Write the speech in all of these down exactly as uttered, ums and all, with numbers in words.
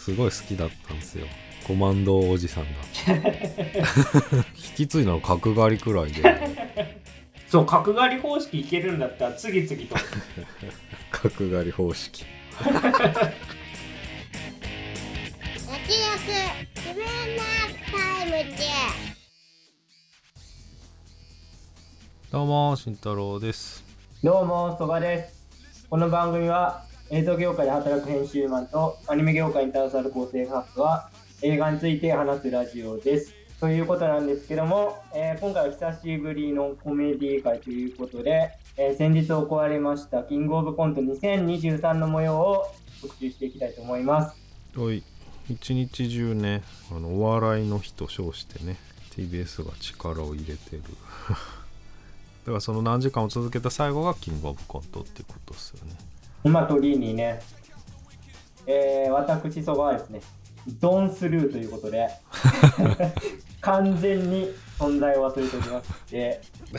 すごい好きだったんですよ、コマンドおじさんが引き継いだの角刈りくらいでそう角刈り方式いけるんだったら次々と角刈り方式焼き肉自分のタイムで。 どうも慎太郎です。 どうも曽我です。この番組は映像業界で働く編集マンとアニメ業界に携わる構成作家が映画について話すラジオです。ということなんですけども、えー、今回は久しぶりのコメディ会ということで、えー、先日行われましたキングオブコントにせんにじゅうさんの模様を特集していきたいと思います。 おい、一日中ね、あのお笑いの日と称してね ティービーエス が力を入れてるだからその何時間を続けた最後がキングオブコントっていうことですよね。 今鳥にね、えー、私曽我はですねドンスルーということで完全に存在を忘れておりまして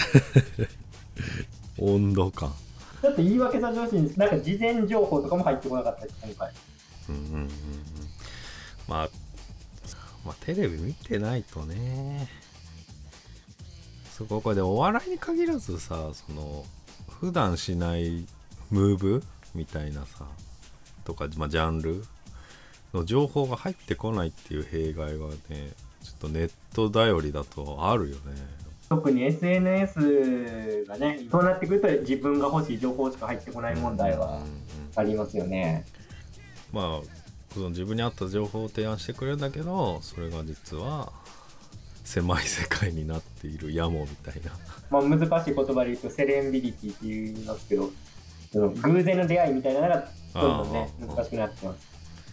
温度感ちょっと言い訳させてほしいんです。なんか事前情報とかも入ってこなかったです今回。 うんうんうんうん、まあまあテレビ見てないとね。そここれでお笑いに限らずさ、その普段しないムーブみたいなさとか、まあ、ジャンルの情報が入ってこないっていう弊害はね、ちょっとネット頼りだとあるよね。 特に エスエヌエス がね、そうなってくると自分が欲しい情報しか入ってこない問題はありますよね。 うんうんうん、まあその自分に合った情報を提案してくれるんだけど、それが実は狭い世界になっているヤモみたいなまあ難しい言葉で言うとセレンビリティって言いますけど、その偶然の出会いみたいなのがどんどんね難しくなってます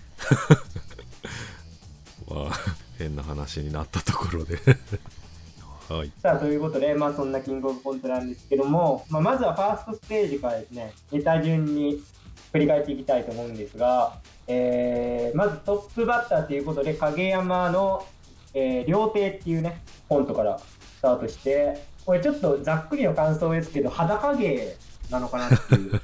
まあ変な話になったところではい、 さあということで、まあそんなキングオブコントなんですけども、まあ、まずはファーストステージからですね、ネタ順に振り返っていきたいと思うんですが、えー、まずトップバッターということで影山の、えー、料亭っていうねコントからスタートして、これちょっとざっくりの感想ですけど裸芸なのかなっていう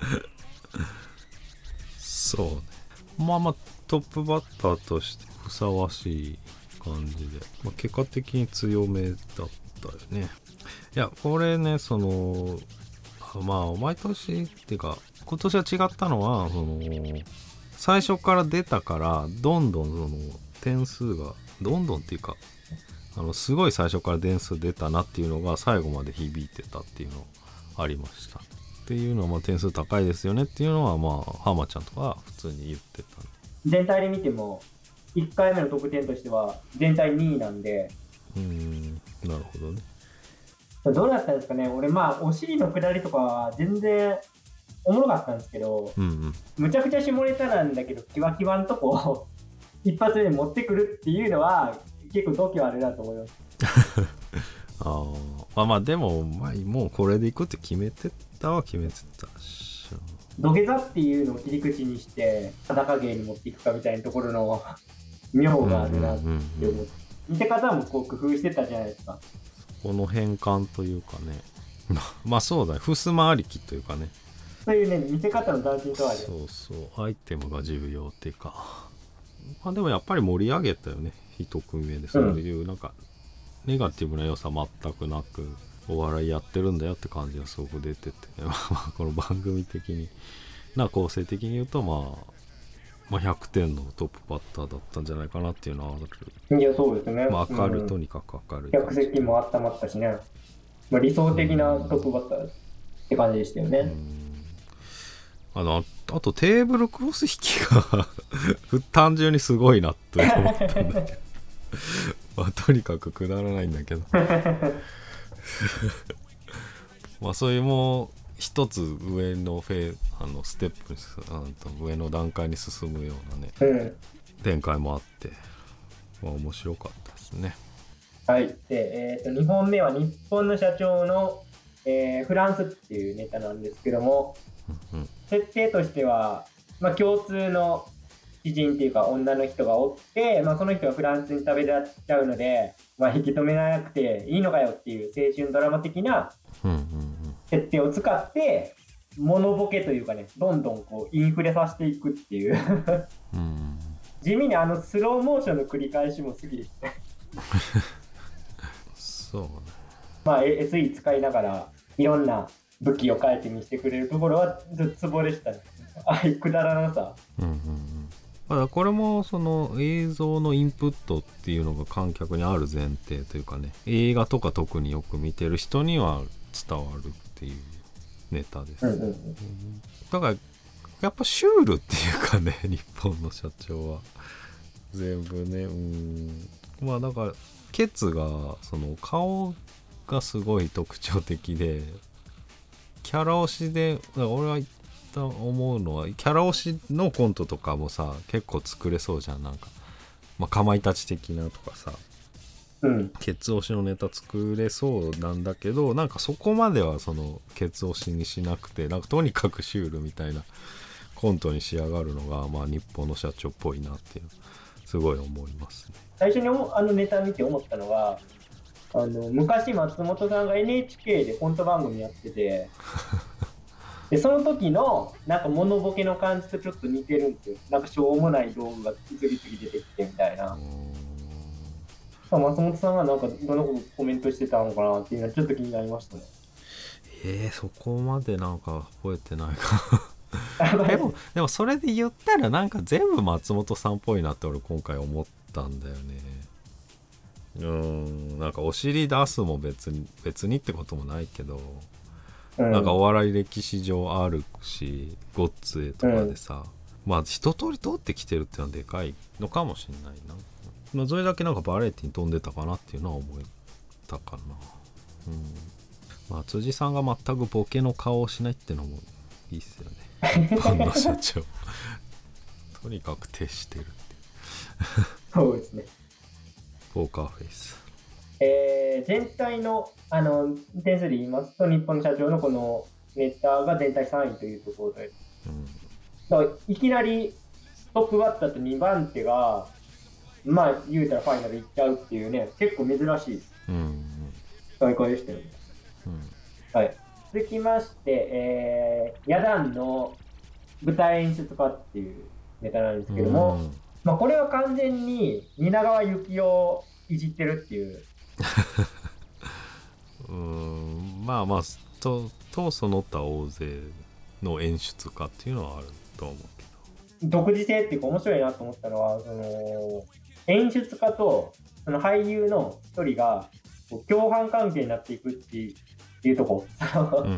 そうね、まあまあトップバッターとしてふさわしい感じで、まあ、結果的に強めだったよね。いやこれね、そのまあ毎年っていうか今年は違ったのは、その最初から出たからどんどんその点数がどんどんっていうか、あのすごい最初から点数出たなっていうのが最後まで響いてたっていうのありましたっていうのは、まあ点数高いですよねっていうのはまあ浜ちゃんとか普通に言ってた。 全体で見てもいっかいめの得点としては全体にいなんで、 うーん、なるほどね。 どうだったんですかね。俺まあお尻の下りとかは全然おもろかったんですけど、 うんうん、 むちゃくちゃ下ネタなんだけどキワキワんとこ一発目で持ってくるっていうのは結構度胸あるなと思いますあまあまあでも、まあ、もうこれでいくって決めてたは決めてたし、 土下座っていうのを切り口にして裸芸に持っていくかみたいなところの妙があるなって思って、うんうんうん、見せ方もこう工夫してたじゃないですか。 この変換というかねまあそうだね、ふすまありきというかね、 そういうね見せ方の斬新とある。 そうそうアイテムが重要っていうか、まあでもやっぱり盛り上げたよね一組目で。そういうなんかネガティブな良さ全くなくお笑いやってるんだよって感じがすごく出てて、ね、この番組的にな構成的に言うと、まあ、まあひゃくてんのトップバッターだったんじゃないかなっていうのはある。 いやそうですね、 まあ、明るい、 うん、 とにかく明るい客席も温まったしね、まあ、理想的なトップバッターって感じでしたよね。 うん、あのあとテーブルクロス引きが単純にすごいなって思ったんだけどまあ、とにかくくだらないんだけどまあそういうもう一つ上のフェあのステップにあと上の段階に進むようなね、うん、展開もあって、まあ、面白かったですね。 はい。で、えー、とにほんめは日本の社長の、えー、フランスっていうネタなんですけども、うんうん、設定としては、まあ、共通の知人っていうか女の人がおって、まあ、その人がフランスに旅立っちゃうので、まあ、引き止めなくていいのかよっていう青春ドラマ的な設定を使ってモノボケというかね、どんどんこうインフレさせていくっていう、うん、 地味にあのスローモーションの繰り返しも好きですね。 そうね。 まあ エスイー 使いながらいろんな武器を変えて見せてくれるところはずツボでしたね。ああいうくだらなさ。 うんうんうん。だからこれもその映像のインプットっていうのが観客にある前提というかね、映画とか特によく見てる人には伝わるっていうネタです。 うんうんうん、 だからやっぱシュールっていうかね、日本の社長は全部ね、うーん、まあだからケツがその顔がすごい特徴的で、キャラ推しで俺は思うのはキャラ推しのコントとかもさ結構作れそうじゃん。なんか、まあ、かまいたち的なとかさ、 うん、 ケツ推しのネタ作れそうなんだけど、なんかそこまではそのケツ推しにしなくて、なんかとにかくシュールみたいなコントに仕上がるのが、まあ日本の社長っぽいなっていうすごい思いますね。 最初にあのネタ見て思ったのは、あの昔松本さんが エヌエイチケー でコント番組やっててでその時のなんかモノボケの感じとちょっと似てるんですよ。なんかしょうもない道具が次々出てきてみたいな。松本さんがなんかどのコメントしてたのかなっていうのはちょっと気になりましたね。 えー、そこまでなんか覚えてないかでもでもそれで言ったらなんか全部松本さんっぽいなって俺今回思ったんだよね。うーん、なんかお尻出すも別に別にってこともないけど、うん、なんかお笑い歴史上あるし、ゴッツエとかでさ、うん、まあ一通り通ってきてるってのはでかいのかもしれないな。まあ、それだけなんかバラエティに飛んでたかなっていうのは思ったかな。うん。まあ辻さんが全くボケの顔をしないってのもいいっすよね。日本の社長。とにかく徹してるっていう。 そうですね。 ポーカーフェイス。 えー、全体のあの点数で言いますと、日本の社長のこのネタが全体さんいというところで、うん、だからいきなりトップバッターとにばん手が、まあ言うたらファイナルいっちゃうっていうね、結構珍しい大会でしたよね。うん、はい、続きまして、えー、ヤダンの舞台演出家っていうネタなんですけども、うん、まあ、これは完全に蜷川幸雄をいじってるっていう。 うーん、まあまあととその他大勢の演出家っていうのはあると思うけど、独自性っていうか面白いなと思ったのは、その演出家とその俳優の一人が共犯関係になっていくっていうとこうんうん、うん、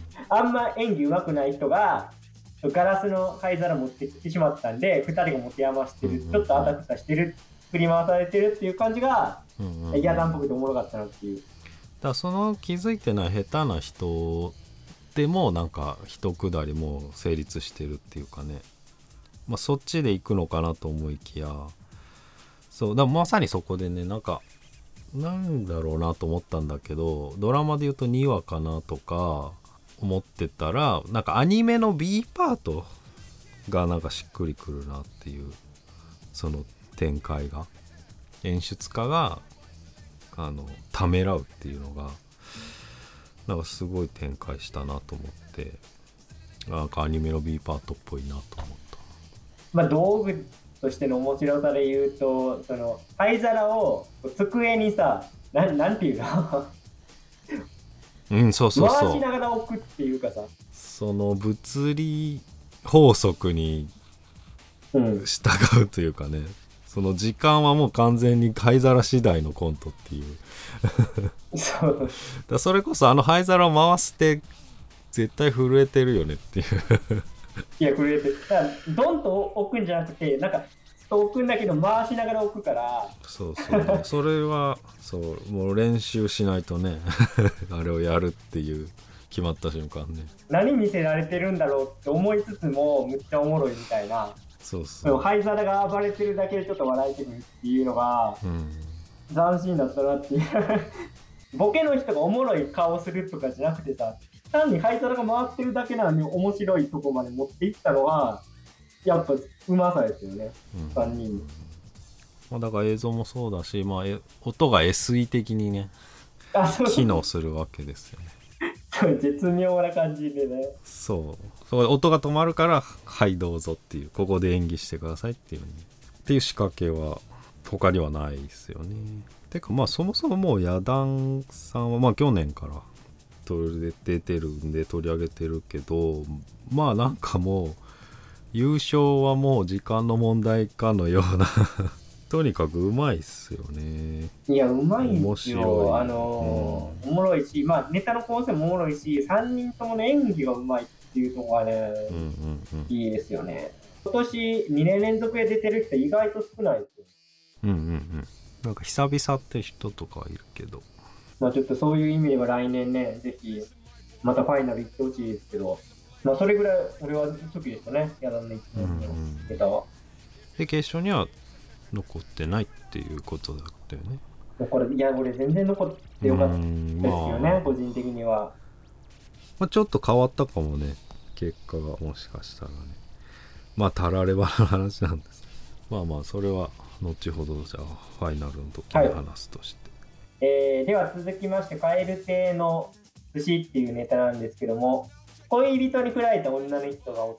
あんま演技上手くない人がガラスの灰皿持ってきてしまったんでふたりが持て余してる、うんうんうん、ちょっとあたふたしてる、振り回されてるっていう感じがヤダンっぽくておもろかったなっていう。だからその気づいてない下手な人でもなんか一くだりも成立してるっていうかね、まあ、そっちで行くのかなと思いきや、そうだまさにそこでね、なんかなんだろうなと思ったんだけど、ドラマで言うとにわかなとか思ってたら、なんかアニメの B パートがなんかしっくりくるなっていう、その展開が演出家があのためらうっていうのがなんかすごい展開したなと思って、なんかアニメの B パートっぽいなと思った。 まあ道具としての面白さで言うと、その灰皿を机にさ、な ん, なんていうのうんそうそうそう、 回しながら置くっていうかさ、 その物理法則に従うというかね、うん、その時間はもう完全に灰皿次第のコントっていうそうだ、それこそあの灰皿を回して絶対震えてるよねっていういや震えてる、だからドンと置くんじゃなくて、なんか置くんだけど回しながら置くから、 そうそうそれはそうもう練習しないとねあれをやるっていう決まった瞬間ね、 何見せられてるんだろうって思いつつもむっちゃおもろいみたいな、そうそう灰皿が暴れてるだけでちょっと笑えてくるっていうのが、うん、斬新だったなっていうボケの人がおもろい顔するとかじゃなくてさ、単に灰皿が回ってるだけなのに面白いとこまで持っていったのはやっぱうまさですよね、うん、さんにん、 まあ、だから映像もそうだし、まあ、音が エスイー 的にね機能するわけですよね絶妙な感じでね、 そうそう音が止まるからはいどうぞっていう、ここで演技してくださいっていう風にっていう仕掛けは他にはないですよね。てかまあそもそももう野団さんはまあ去年から取り出てるんで取り上げてるけど、まあなんかもう優勝はもう時間の問題かのようなとにかくうまいっすよね。 いや、うまいん面ですよ。 白い。 あのーおもろいし、まあネタの構成もおもろいし、さんにんともの演技がうまいっていうところがね、 うんうんうんいいですよね。今年にねん連続で出てる人意外と少ないですよ。 うんうんうん。なんか久々って人とかいるけど、 まあちょっとそういう意味では来年ね、ぜひまたファイナル行ってほしいですけど、まあそれぐらい俺は好きでしたね、やらんのいちねんめのネタは。 で決勝には残ってないっていうことだったよね。 もうこれ、いや、俺全然残ってよかったですよね、 まあ、 個人的には。 まあちょっと変わったかもね、結果がもしかしたらね。まあたらればの話なんです。まあまあそれは後ほどじゃあファイナルの時に話すとして、 はい、えー、では続きまして、蛙亭の寿司っていうネタなんですけども、恋人に振られた女の人がおって、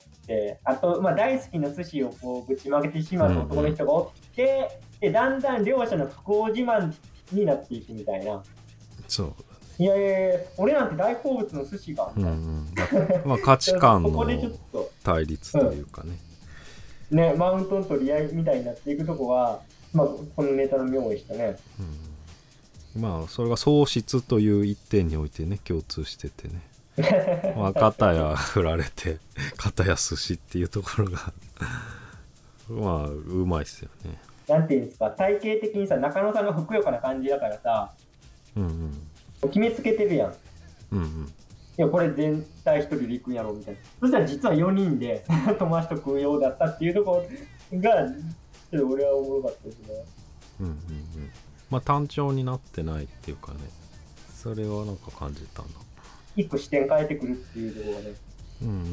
あと、まあ、大好きな寿司をこうぶちまけてしまった男の人がおって、うんうん、でだんだん両者の不幸自慢になっていくみたいな。 そうだね。 いやいやいや、俺なんて大好物の寿司が、 うんうん、まあ価値観の対立というかねうん、ね、マウントの取り合いみたいになっていくとこは、まあ、このネタの妙でしたね。 うん、まあそれが喪失という一点においてね共通しててねまあ片や振られて片や寿司っていうところがまあうまいっすよね。 なんていうんですか、体型的にさ、中野さんがふくよかな感じだからさ、 うんうん、 決めつけてるやん。 うんうん、 いや、これ絶対一人で行くんやろみたいな。そしたら実はよにんで友達と食うようだったっていうところが、ちょっと俺はおもろかったですね。 うんうんうん。まあ単調になってないっていうかね、それはなんか感じたな。 一個視点変えてくるっていうところがね。 うんうんうん。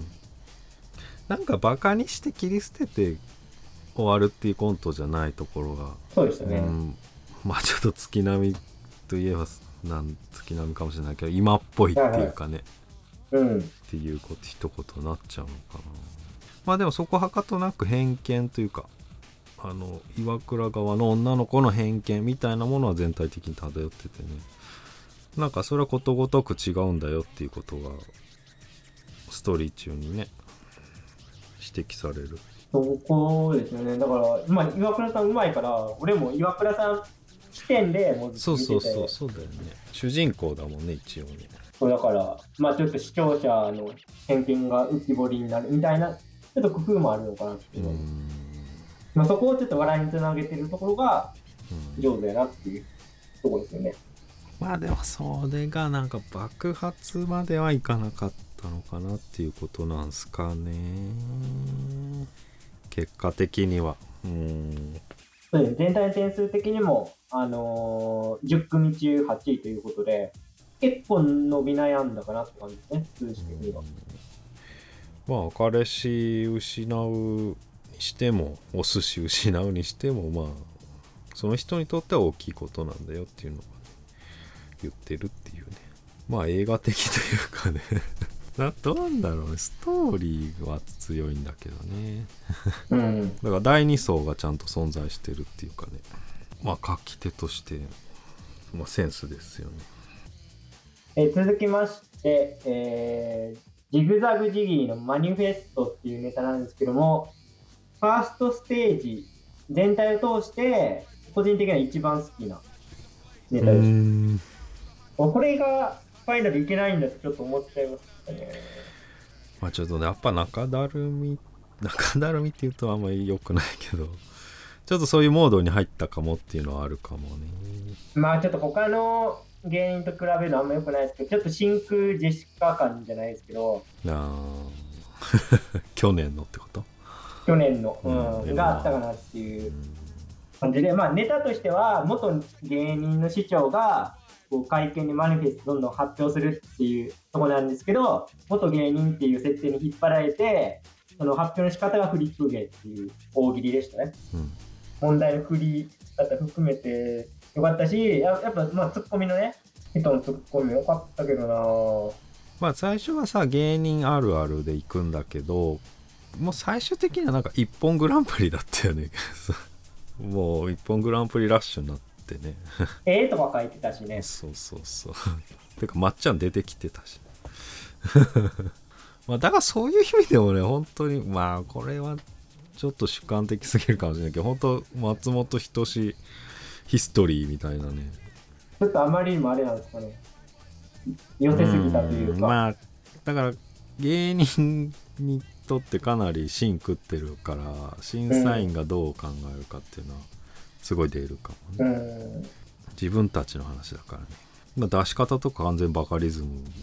なんかバカにして切り捨てて終わるっていうコントじゃないところが、 そうでしたね。 うん、まあちょっと月並みといえばなん月並みかもしれないけど今っぽいっていうかね、 はいはい、うん、 っていうこと一言になっちゃうのかな。まあでもそこはかとなく偏見というか、あの岩倉側の女の子の偏見みたいなものは全体的に漂っててね、なんかそれはことごとく違うんだよっていうことがストーリー中にね指摘される。 そこですよね。だからまあ岩倉さんうまいから、俺も岩倉さん視点でもうずっと見てて。 そうそうそうそうだよね。主人公だもんね一応ね。 そうだからまあちょっと視聴者の偏見が浮き彫りになるみたいなちょっと工夫もあるのかなっていうの。まあ、そこをちょっと笑いにつなげてるところが上手やなっていうところですよね。 まあでもそれがなんか爆発まではいかなかったのかなっていうことなんすかね。結果的には。うん。 そうです。全体の点数的にも、あのー、じゅっ組中はちいということで、結構伸び悩んだかなって感じですね、数字的には。 まあ彼氏失うにしてもお寿司失うにしてもまあその人にとっては大きいことなんだよっていうのを、ね、言ってるっていうね。まあ映画的というかねなどうなんだろうね、ストーリーは強いんだけどねうん、 だからだいに層がちゃんと存在してるっていうかね、まあ書き手として、まあ、センスですよね。 えー、続きまして、えー、ジグザグジギーのマニフェストっていうネタなんですけども、ファーストステージ全体を通して個人的には一番好きなネタです。これがファイナルいけないんだってちょっと思っちゃいましたね。 まあちょっとねやっぱ中だるみ中だるみって言うとあんまり良くないけど、ちょっとそういうモードに入ったかもっていうのはあるかもね。 まあちょっと他の芸人と比べるのはあんま良くないですけど、ちょっと真空ジェシカ感じゃないですけど、 あ去年のってこと？ 去年の、うんうん、があったかなっていう感じで、まあネタとしては元芸人の市長がこう会見でマニフェストどんどん発表するっていうところなんですけど、元芸人っていう設定に引っ張られて、その発表の仕方がフリップ芸っていう大喜利でしたね。うん、問題の振り方含めてよかったし、や, やっぱまあツッコミのね人のツッコミよかったけどな。 まあ最初はさ芸人あるあるで行くんだけど、 もう最終的にはなんか一本グランプリだったよねもう一本グランプリラッシュになってね絵とか描いてたしね。 そうそうそうてかまっちゃん出てきてたしまあだからそういう意味でもね本当にまあこれはちょっと主観的すぎるかもしれないけど本当松本人志ヒストリーみたいなねちょっとあまりにもあれなんですかね、寄せすぎたというか。 まあだから芸人にとってかなり芯食ってるから審査員がどう考えるかっていうのはすごい出るかもね、うん、自分たちの話だからね。まあ、出し方とか完全バカリズム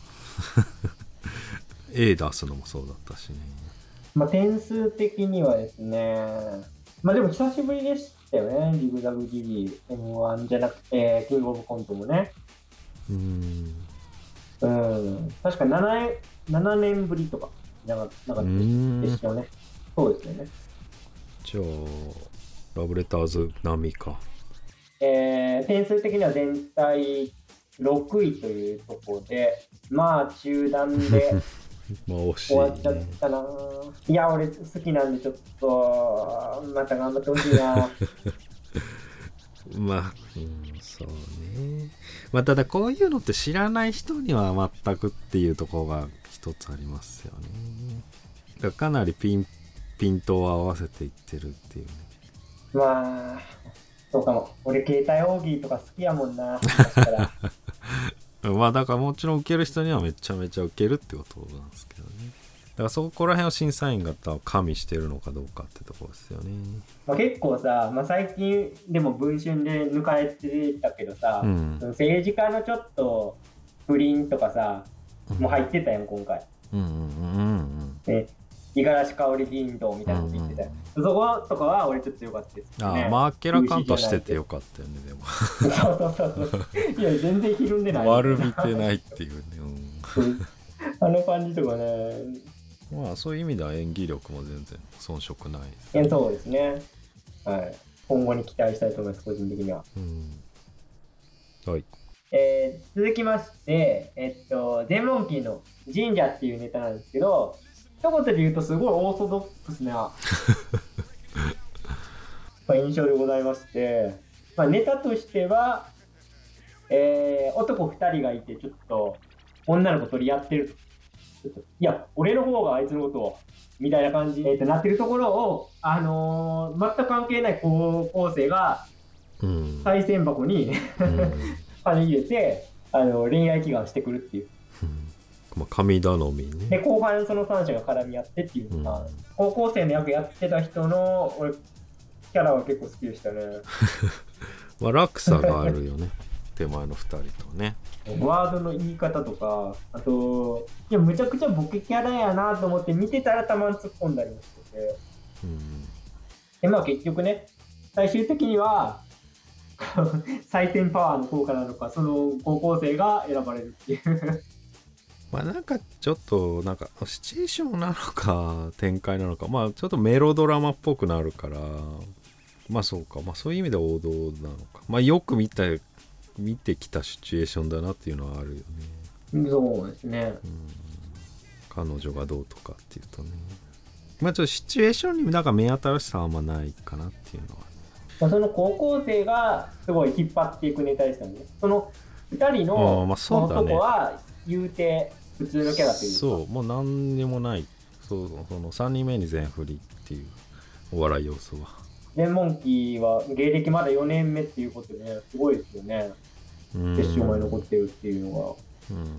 A 出すのもそうだったしね。 まあ点数的にはですね、まあでも久しぶりでしたよね、ジグザグジギー エムワン じゃなくてキングオブコントもね。 うんうん確か 7, 7年ぶりとかなかったでしたよね。そうですよね。 じゃあラブレターズ並みか。 えー、点数的には全体ろくいというところで、まあ中段でまあ惜しい、 終わっちゃったな。いや俺好きなんでちょっとまた頑張ってほしいなまあ、うん、そうね。まあただこういうのって知らない人には全くっていうところが一つありますよね。だからかなりピンピントを合わせていってるっていうね。 まあそうかも。俺携帯大喜利とか好きやもんな。からまあだからもちろん受ける人にはめちゃめちゃ受けるってことなんですけどね。だからそこら辺を審査員が加味してるのかどうかってところですよね。 まあ、結構さ、まあ、最近でも文春で抜かれてたけどさ、うん、政治家のちょっと不倫とかさ、うん、もう入ってたやん今回。うんうんうんうん。ね、五十嵐香織議員とみたいなこと言ってたよ、うんうん、そことかは俺ちょっと良かったです、ね、 ああまあ明らかんとしててよかったよねでもそうそうそうそういや全然ひるんでない悪びてないっていうね、 うん、あの感じとかね。 まあそういう意味では演技力も全然遜色ないですね。そうですね、はい、今後に期待したいと思います個人的には、うん、はい。えー、続きまして、えっと、デンモンキーの神社っていうネタなんですけど、一言で言うとすごいオーソドックスなまあ印象でございまして、まあ、ネタとしては、えー、男ふたりがいてちょっと女の子取り合ってると、いや俺の方があいつのことをみたいな感じでなってるところを、あのー、全く関係ない高校生が賽銭箱に、うん、金入れてあの恋愛祈願してくるっていう、 まあ、神頼みね。 で後半そのさん者が絡み合ってっていう、うん、高校生の役やってた人の俺キャラは結構好きでしたねまあ落差があるよね手前のふたりとね。 ワードの言い方とか、あといやむちゃくちゃボケキャラやなと思って見てたらたまに突っ込んだりもしてて、うん、でまあ結局ね最終的には採点パワーの効果なのかその高校生が選ばれるっていうまあなんかちょっとなんかシチュエーションなのか展開なのか、まあちょっとメロドラマっぽくなるから、まあそうか、まあそういう意味で王道なのか、まあよく見た見てきたシチュエーションだなっていうのはあるよね。そうですね、 うん、彼女がどうとかっていうとね、まあちょっとシチュエーションになんか目新しさはあんまないかなっていうのは、ね、 まあ、その高校生がすごい引っ張っていくネタでしたね。そのふたりの男は言うて普通のキャラというか、 そうもう何にもない、そうそのさんにんめに全振りっていうお笑い要素は。 デンモンキーは芸歴まだよねんめっていうことでね、すごいですよね。決勝まで残ってるっていうのが、うんうんうん、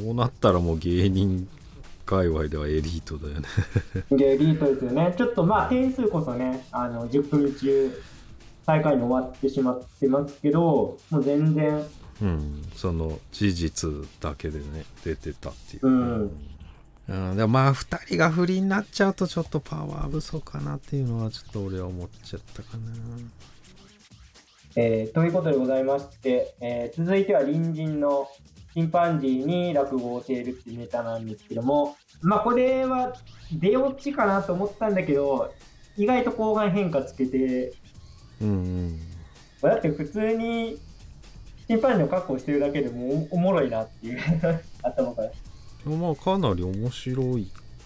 そうなったらもう芸人界隈ではエリートだよねエリートですよね。ちょっとまあ点数こそねあのじゅっくみ中最下位に終わってしまってますけど、もう全然、 うん、その事実だけでね出てたっていう、うんうん、でもまあふたりが不利になっちゃうとちょっとパワー不足かなっていうのはちょっと俺は思っちゃったかな。 えー、ということでございまして、えー、続いては隣人のチンパンジーに落語を教えるっていうネタなんですけども、まあこれは出落ちかなと思ったんだけど意外と後半変化つけて、うんうん、だって普通にチンパンジーの格好してるだけでも お, おもろいなっていう頭から。 まあかなり面白いかっ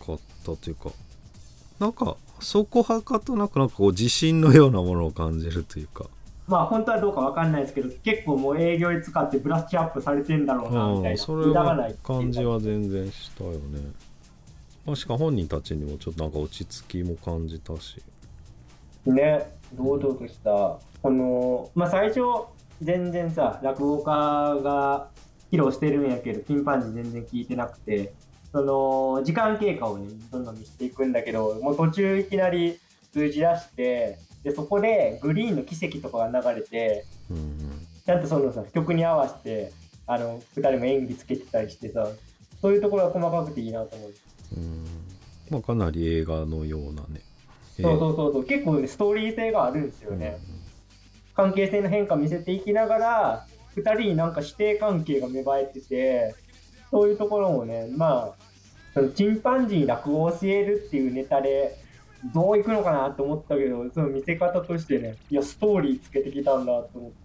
したっていうか、なんかそこはかとなくなんかこう自信のようなものを感じるというか、 まあ本当はどうかわかんないですけど、結構もう営業に使ってブラッシュアップされてんだろうなみたいな、 それは感じは全然したよね。まあ、しかも本人たちにもちょっとなんか落ち着きも感じたしね、堂々とした、このまあ最初全然さ落語家が披露してるんやけどチンパンジー全然聞いてなくて、その時間経過をねどんどん見せていくんだけど、もう途中いきなり通じ出して、でそこでグリーンの奇跡とかが流れて、 うんうん、 ちゃんとそのさ曲に合わせてあのふたりも演技つけてたりしてさ、そういうところが細かくていいなと思う。 うん、まあ、かなり映画のようなね。 そうそうそうそう、結構ねストーリー性があるんですよね、うん、関係性の変化見せていきながらふたりになんか師弟関係が芽生えてて、そういうところもね、まあそのチンパンジーに落語を教えるっていうネタでどういくのかなと思ったけど、その見せ方としてね、いやストーリーつけてきたんだと思って、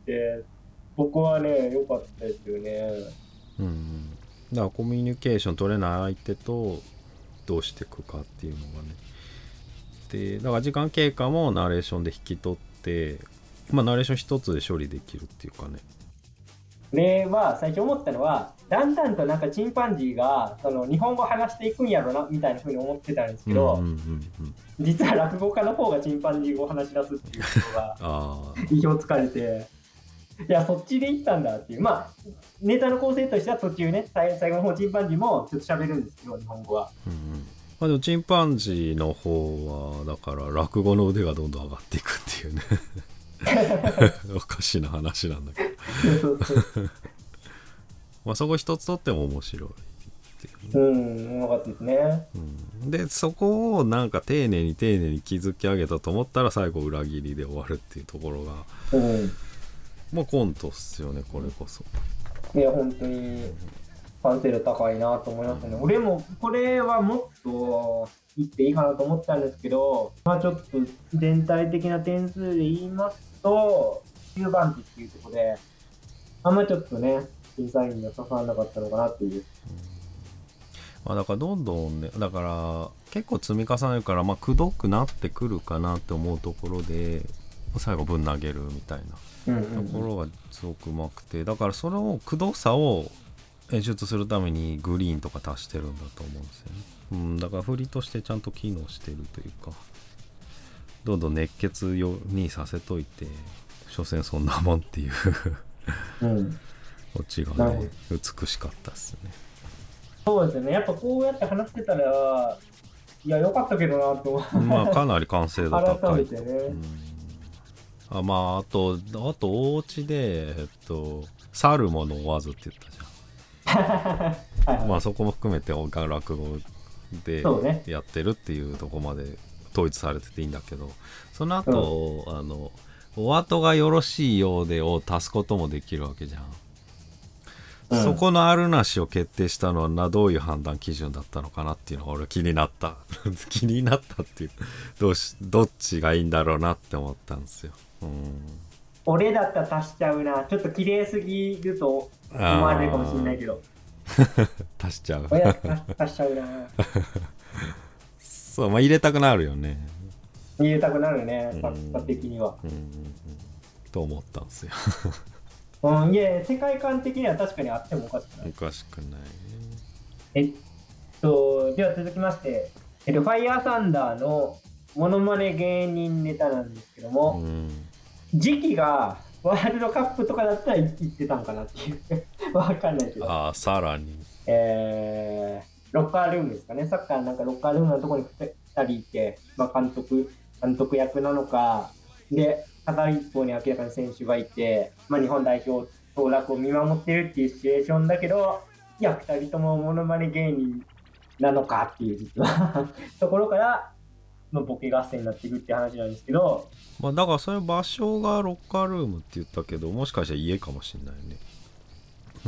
僕はね良かったですよね。 うん、だからコミュニケーション取れない相手とどうしていくかっていうのがね。でだから時間経過もナレーションで引き取って、まあナレーション一つで処理できるっていうかね。 では最初思ったのは、だんだんとなんかチンパンジーがその日本語話していくんやろなみたいな風に思ってたんですけど、うんうんうんうん、実は落語家の方がチンパンジー語を話し出すっていうことが意表つかれて、いやそっちでいったんだっていう。まあネタの構成としては途中ね、最後の方チンパンジーもちょっと喋るんですけど日本語は、うんうん、 まあ、でもチンパンジーの方はだから落語の腕がどんどん上がっていくっていうねおかしな話なんだけどそうそうそうまあそこ一つとっても面白いっていう、 ね、うん、よかったですね、 うん、でそこをなんか丁寧に丁寧に築き上げたと思ったら最後裏切りで終わるっていうところが、うん、もうコントっすよねこれこそ。 いや本当に完成度高いなと思いますね、うん、俺もこれはもっと言っていいかなと思ったんですけど、まあちょっと全体的な点数で言いますときゅうばん手っていうところであんまちょっとね審査員には刺さらなかったのかなっていう、うん、 まあ、だからどんどんね、だから結構積み重ねるから、まあくどくなってくるかなって思うところで最後ぶん投げるみたいなところがすごくうまくて、だからそれをくどさを演出するためにグリーンとか足してるんだと思うんですよね、うん、だから振りとしてちゃんと機能してるというか、どんどん熱血にさせといて所詮そんなもんっていううん、オチがね美しかったですね。 そうですよね、やっぱこうやって話してたらいや良かったけどなと思ってまあかなり完成度高いと、 ね、うん、 あまああとあとお家でえっと去るものをわずって言ったじゃんはいはい、まあそこも含めて落語でやってるっていうところまで統一されてていいんだけど、その後、うん、あのお後がよろしいようでを足すこともできるわけじゃん、うん、そこのあるなしを決定したのはなどういう判断基準だったのかなっていうのが俺気になった気になったっていうどうしどっちがいいんだろうなって思ったんですよ、うん、 俺だったら足しちゃうな、ちょっと綺麗すぎると思われるかもしれないけど足しちゃう親足しちゃうなそう、まあ入れたくなるよね、 入れたくなるね、作家的には、うんうんうん、 と思ったんですようん、いや世界観的には確かにあってもおかしくないおかしくないね。 えっとでは続きまして、えっと、ファイヤーサンダーのモノマネ芸人ネタなんですけども、うん、時期がワールドカップとかだったら言ってたんかなっていうわかんないけど、 ああさらにえー、ロッカールームですかね、サッカーなんかロッカールームのところにふたりいて、まあ、監督監督役なのかで片一方に明らかに選手がいて、まあ、日本代表当落を見守ってるっていうシチュエーションだけど、いやふたりともモノマネ芸人なのかっていう実はところからのボケ合戦になっていくって話なんですけど、 まあ、だからそれ場所がロッカールームって言ったけど、もしかしたら家かもしれないね。うん、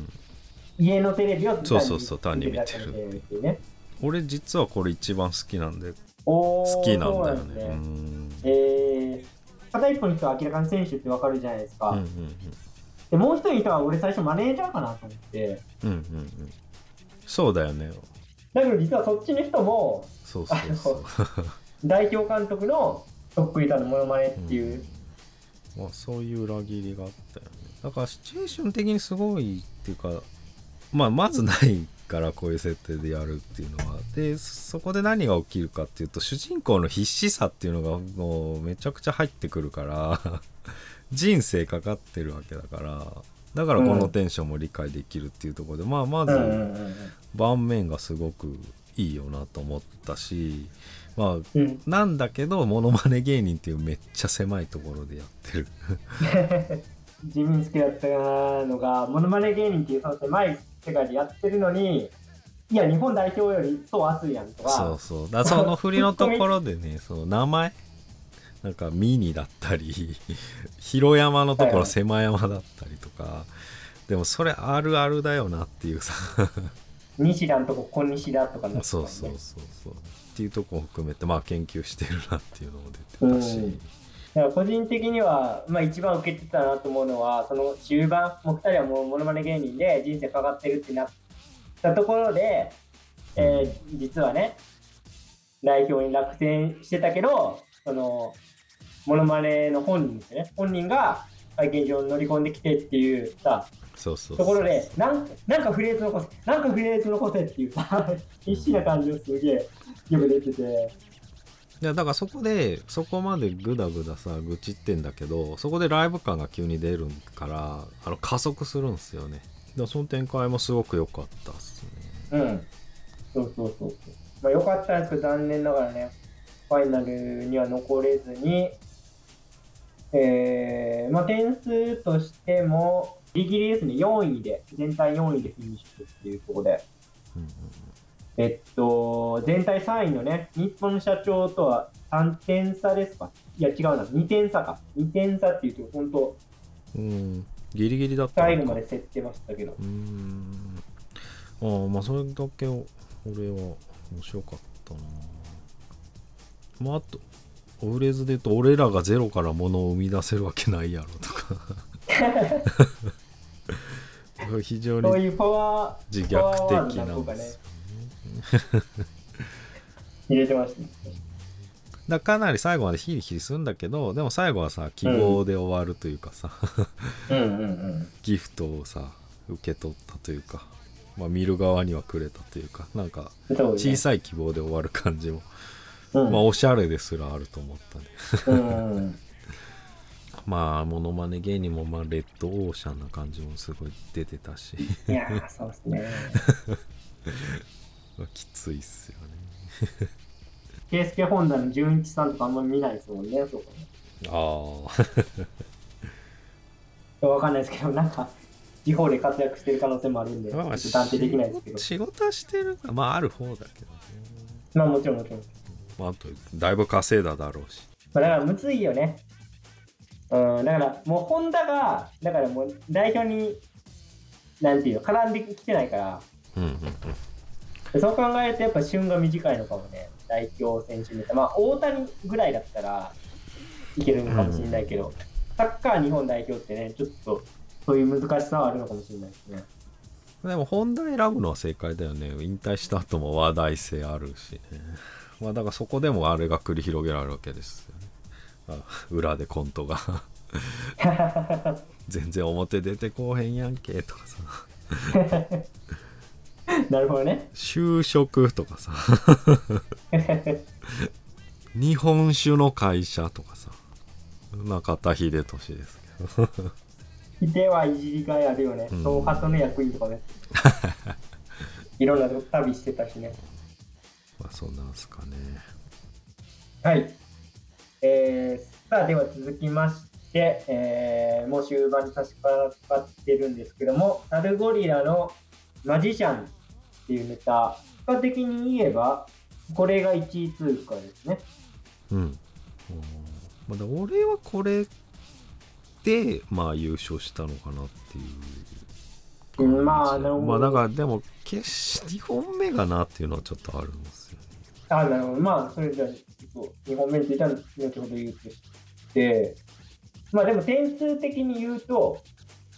家のテレビをそうそうそう単に見てるっていうね。俺実はこれ一番好きなんで好きなんだよね。うん、 えー、片一方の人は明らかに選手ってわかるじゃないですか、うんうんうん、でもう一人の人は俺最初マネージャーかなと思って、うんうんうん、 そうだよね。 だけど実はそっちの人もそうそうそう代表監督の得意さのモノマネっていう、 うん、まあ、そういう裏切りがあったよね。だからシチュエーション的にすごいっていうか、まあまずないからこういう設定でやるっていうのは、でそこで何が起きるかっていうと、主人公の必死さっていうのがもうめちゃくちゃ入ってくるから人生かかってるわけだから、だからこのテンションも理解できるっていうところで、うん、まあまず盤面がすごくいいよなと思ったし、まあ、うん、なんだけどモノマネ芸人っていうめっちゃ狭いところでやってる地味に好きだったのが、モノマネ芸人っていうその狭い世界でやってるのに、いや日本代表よりそう熱いやんとか、 そうそうだ、その振りのところでねその名前なんかミニだったり広山のところ狭山だったりとか、はいはい、でもそれあるあるだよなっていうさ西田のとこ小西だとかね、 そうそうそうそうっていうところを含めてまあ研究してるなっていうのも出てたし、うん、 だから個人的には、まあ、一番受けてたなと思うのは、その終盤もうふたりはもうモノマネ芸人で人生かかってるってなったところで、うん、えー、実はね代表に落選してたけど、そのモノマネの本人ですね、本人が会見場に乗り込んできてっていうさ、 そうそうそうそう、 ところでなん、なんかフレーズ残せなんかフレーズ残せっていうさ必死な感じをすげえよく出てて、 いやだからそこでそこまでグダグダさ愚痴ってんだけど、そこでライブ感が急に出るからあの加速するんですよね。だからその展開もすごく良かったっすね。うん、そうそうそうそう、まあ良かったんですけど残念ながらねファイナルには残れずに、えー、まあ点数としてもギリギリですね、よんいで全体よんいでフィニッシュっていうところで、うんうんうん、えっと、全体さんいのね、日本社長とはさんてん差ですか？いや、違うな、にてん差か。にてん差っていうと、本当、 うん、ギリギリだった最後まで競ってましたけど。 うーん、ああ、まあ、それだけ俺は面白かったな。まあ、あと、オフレーズで言うと、俺らがゼロからものを生み出せるわけないやろとか。非常にそういうパワー自虐的なんですよね。 入れてましたね。 だかなり最後までヒリヒリするんだけど、でも最後はさ希望で終わるというかさ、 うんうんうんうん、 ギフトをさ受け取ったというか、まあ、見る側にはくれたというか、なんか小さい希望で終わる感じも、うん、まあおしゃれですらあると思ったね。うんうん、まあモノマネ芸人もまあレッドオーシャンな感じもすごい出てたし、 いやーそうですね。 きついっすよね。 ケイスケホンダの純一さんとかあんまり見ないですもんね、そうかね。ああ。わかんないですけど、なんか地方で活躍してる可能性もあるんで、まあ、ちょっと断定できないですけど。 仕事はしてるか、まあある方だけどね。 まあもちろんもちろん。 まああとだいぶ稼いだだろうし。 まあ、だからむずいよね。うん、だからもうホンダがだからもう代表になんていうの絡んできてないから。うんうんうん。そう考えるとやっぱ旬が短いのかもね。代表選手みたいな、まあ大谷ぐらいだったらいけるのかもしれないけど、うん、サッカー日本代表ってねちょっとそういう難しさはあるのかもしれないですね。 でもホンダ選ぶのは正解だよね。引退した後も話題性あるしね。まあだからそこでもあれが繰り広げられるわけですよね。裏でコントが全然表出てこうへんやんけとかさ。 なるほどね。 就職とかさ日本酒の会社とかさ、中田秀俊ですけど秀はいじりがいあるよね。東ハトの役員とかねいろんな旅してたしね。 まあそうなんすかね。 はい、えー、さあでは続きまして、えー、もう終盤に差し掛かってるんですけども、サルゴリラのマジシャンっていうネタ、結果的に言えばこれがいちい通過ですね。 うん。まだ俺はこれでまあ優勝したのかなっていう。 うん、まあなるほど。 まあだからでも決してにほんめがなっていうのはちょっとあるんですよね。 あ、なるほど。まあそれじゃあにほんめについては後ほど言うとして、まあでも点数的に言うと、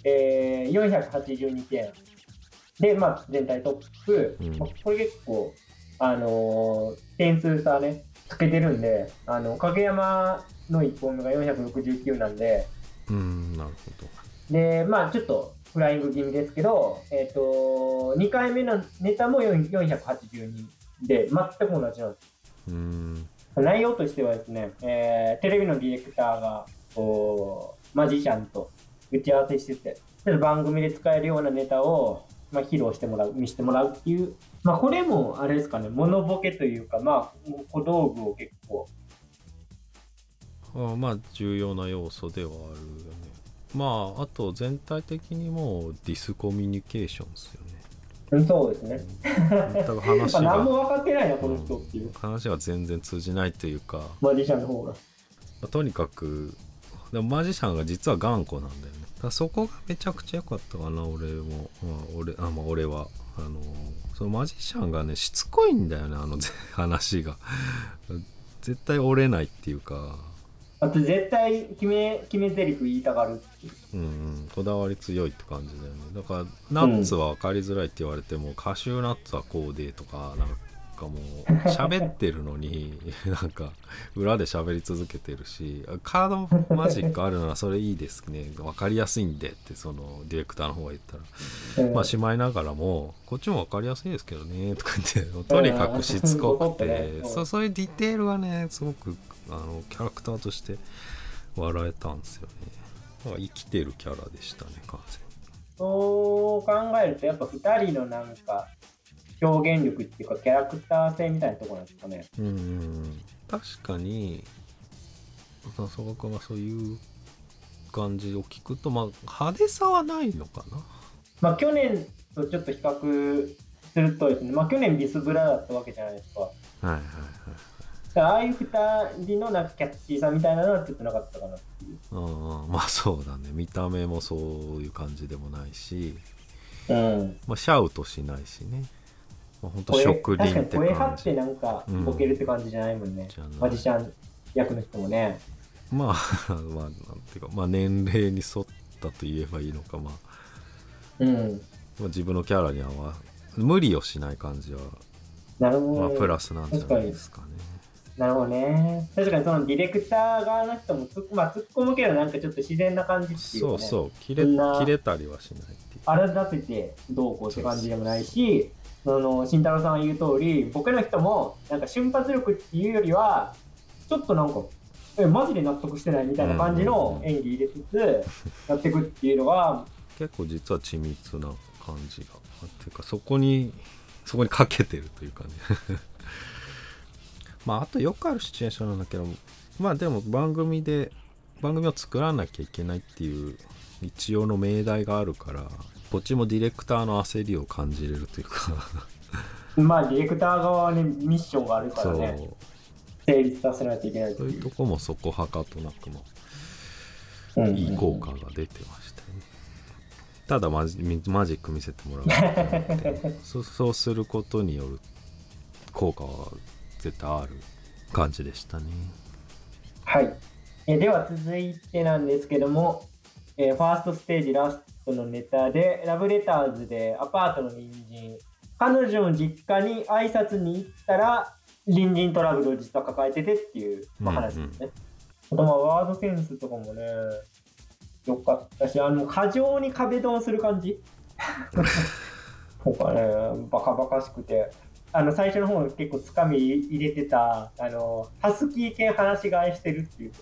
えー、よんひゃくはちじゅうにてんで、まあ、全体トップ、うん、まあ、これ結構あのー点数差ね、つけてるんで、あの影山のいっぽんめがよんひゃくろくじゅうきゅうなんで、 うん、なるほで、まあちょっとフライング気味ですけど、えっ、と、にかいめのネタもよんひゃくはちじゅうにで、全く同じなんです。 ど。うん、 内容としてはですね、えーテレビのディレクターがこうマジシャンと打ち合わせしてて、ちょっと番組で使えるようなネタを、まあ、披露してもらう、見せてもらうっていう、まあ、これもあれですかね、モノボケというか、まあ、小道具を結構。 あまあ重要な要素ではあるよね。まああと全体的にもうディスコミュニケーションですよね。 うんそうですね。 全く話まあ何もが、 分かってないな、こうん、 の人っていう、 話が全然通じないというか、 マジシャンの方が。 まあ、とにかくでもマジシャンが実は頑固なんだよね。だからそこがめちゃくちゃ良かったかな、俺も。まあ、俺あ、まあ、俺はあのそのマジシャンがねしつこいんだよね、あの話が絶対折れないっていうか、 あと絶対決め、決め台詞言いたがるっていう。 うんうん、こだわり強いって感じだよね。だからナッツは分かりづらいって言われても、うん、カシューナッツはこうでとか、なんかもう喋ってるのになんか裏で喋り続けてるし、カードマジックあるならそれいいですね、分かりやすいんでってそのディレクターの方が言ったら、うん、まあしまいながらもこっちも分かりやすいですけどねとか言ってとにかくしつこくて、うん、そ, そういうディテールがねすごくあのキャラクターとして笑えたんですよね。生きてるキャラでしたね、完全に。 そう考えるとやっぱふたりのなんか表現力っていうかキャラクター性みたいなところなんですかね。 うん、確かに曽我君がそういう感じを聞くと、まあ派手さはないのかな。 まあ去年とちょっと比較するとですね、まあ去年ビスブラだったわけじゃないですか。はいはいはい。だからああいうふたりのなんかキャッチーさみたいなのはちょっとなかったかなっていう。 うん、まあそうだね、見た目もそういう感じでもないし、 うん、 まあシャウトしないしね。まあ、本当職人って感じ。 声張ってなんかボケるって感じじゃないもんね、うん、マジシャン役の人もね。 まあまあなんていうか、まあ年齢に沿ったと言えばいいのか、まあ、 うんまあ、自分のキャラには無理をしない感じは、 なるほど、 まあ、プラスなんじゃないですかね。 なるほどね。確かにそのディレクター側の人もつ、まあ、突っ込むけどなんかちょっと自然な感じっていうか、ね、 そうそう切れ切れたりはしないっていう、 荒立ててどうこうって感じでもないし、その慎太郎さんが言う通りボケの人もなんか瞬発力っていうよりはちょっとなんかえマジで納得してないみたいな感じの演技入れつつやっていくっていうのが結構実は緻密な感じがっていうか、そこにそこにかけてるというかねまああとよくあるシチュエーションなんだけど、まあでも番組で番組を作らなきゃいけないっていう一応の命題があるから、こっちもディレクターの焦りを感じれるというかまあディレクター側にミッションがあるからね、成立させないといけないっていう、 そういうとこもそこはかとなくもいい効果が出てましたね。ただマジ、マジック見せてもらうってそ, そうすることによる効果は絶対ある感じでしたね。 はい。えでは続いてなんですけども、えー、ファーストステージラストのネタでラブレターズでアパートの隣人、彼女の実家に挨拶に行ったら隣人トラブルを実は抱えててっていう、まあ、話ですね。うんうん、あとまあワードセンスとかもねよかったし、あの過剰に壁ドンする感じとかね、バカバカしくて、あの最初の方結構つかみ入れてたあのハスキー系話し返してるっていう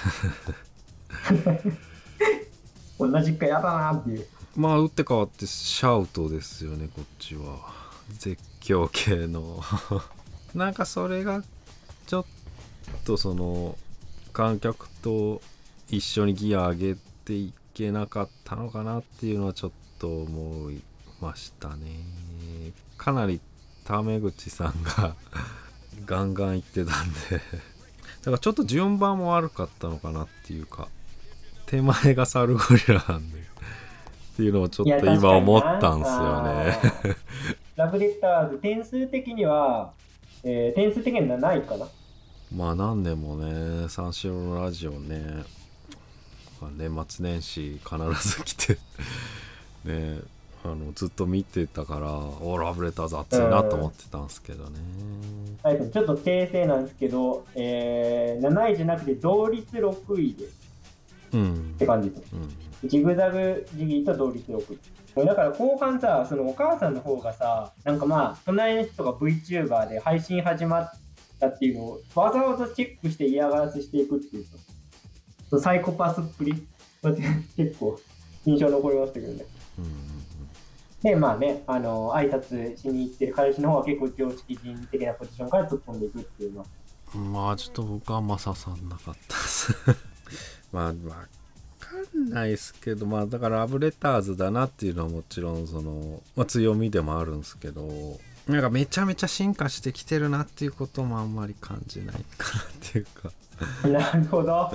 こと同じかやだなっていう。 まあ打って変わってシャウトですよね、こっちは絶叫系のなんかそれがちょっとその観客と一緒にギア上げていけなかったのかなっていうのはちょっと思いましたね。かなりタメ口さんがガンガン言ってたんでだからちょっと順番も悪かったのかなっていうか、手前がサルゴリラなんでっていうのをちょっと今思ったんですよねラブレターズ点数的には、えー、点数的にはないかな。 まあ何年もね三四郎のラジオね、まあ、年末年始必ず来てね、 あのずっと見てたからおラブレターズ熱いなと思ってたんですけどね、 はい、ちょっと訂正なんですけど、えー、なないじゃなくて同率ろくいです、うん、って感じです、うん、ジグザグジギーと同率ろくいだから後半さ、そのお母さんの方がさ、なんかまあ隣の人が VTuber で配信始まったっていうのをわざわざチェックして嫌がらせしていくっていうとサイコパスっぷり結構印象残りましたけどね、うん、でまあね、あの挨拶しに行ってる彼氏の方は結構常識人的なポジションから突っ込んでいくっていうのはまあちょっと僕はあんま刺さんなかったですまあまあ分かんないですけど、まあだからラブレターズだなっていうのはもちろんその、まあ、強みでもあるんですけど、なんかめちゃめちゃ進化してきてるなっていうこともあんまり感じないかなっていうかなるほど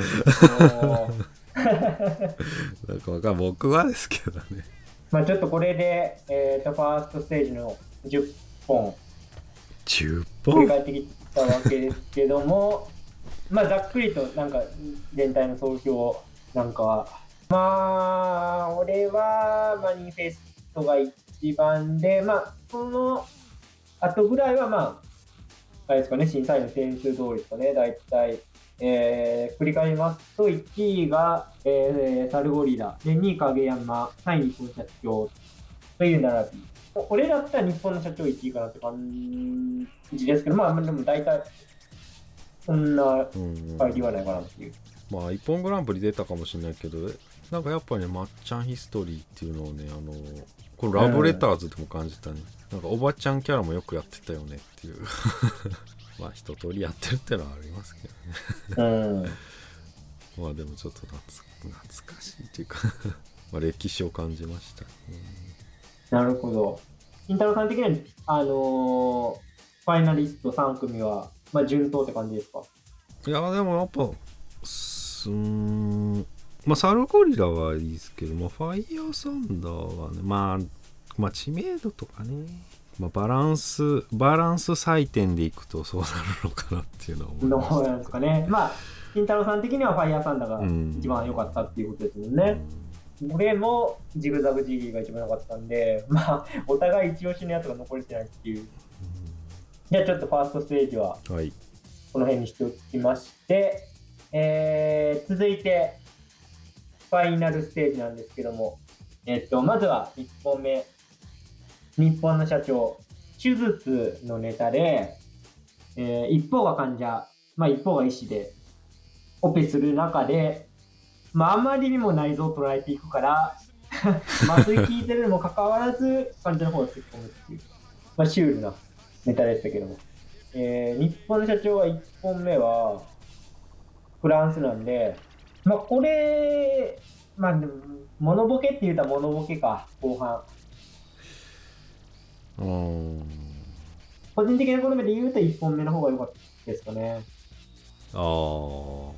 なんかわかんない僕はですけどねまあちょっとこれで、えー、とファーストステージのじゅっぽんじゅっぽん振り返ってきたわけですけどもまあざっくりとなんか全体の総評なんかまあ俺はマニフェストが一番でまあその後ぐらいはまああれですかね、審査員の点数通りですかね、大体、えー、繰り返しますといちいが、えー、サルゴリラでにい影山さんい日本社長という並び、俺だったら日本の社長いちいかなって感じですけど、まあでも大体そんな入りはないかなっていう。 まあ一本グランプリ出たかもしれないけど、なんかやっぱりね、まっちゃんヒストリーっていうのをね、あのこれラブレターズでも感じたね、うん、なんかおばちゃんキャラもよくやってたよねっていうまあ一通りやってるっていうのはありますけどねうんまあでもちょっと 懐, 懐かしいっていうかまあ歴史を感じました、 うん、なるほど。金太郎さん的にはあのー、ファイナリストさん組は、まあ、順当って感じですか？ いやでもやっぱすんまあサルゴリラはいいですけど、まあ、ファイヤーサンダーはね、まあ、まあ知名度とかね、まあ、バランスバランス採点でいくとそうなるのかなっていうのは思いました。 どうなんですかね。まあ金太郎さん的にはファイヤーサンダーが一番良かったっていうことですもんね、うん、俺もジグザグジギーが一番良かったんで、まあお互い一押しのやつが残れてないっていう、うん、じゃあちょっとファーストステージはこの辺にしておきまして、はい、えー、続いてファイナルステージなんですけども、えっと、まずはいっぽんめ、日本の社長、手術のネタで、えー、一方が患者、まあ、一方が医師でオペする中で、まあ、あまりにも内臓を捉えていくから麻酔効いてるにもかかわらず患者の方が突っ込むっていう、まあ、シュールなネタでしたけども、えー、日本の社長はいっぽんめはフランスなんで、まあこれ、まあでも、モノボケって言うたらモノボケか、後半。 うん。 個人的な好みで言うといっぽんめの方が良かったですかね。 ああ。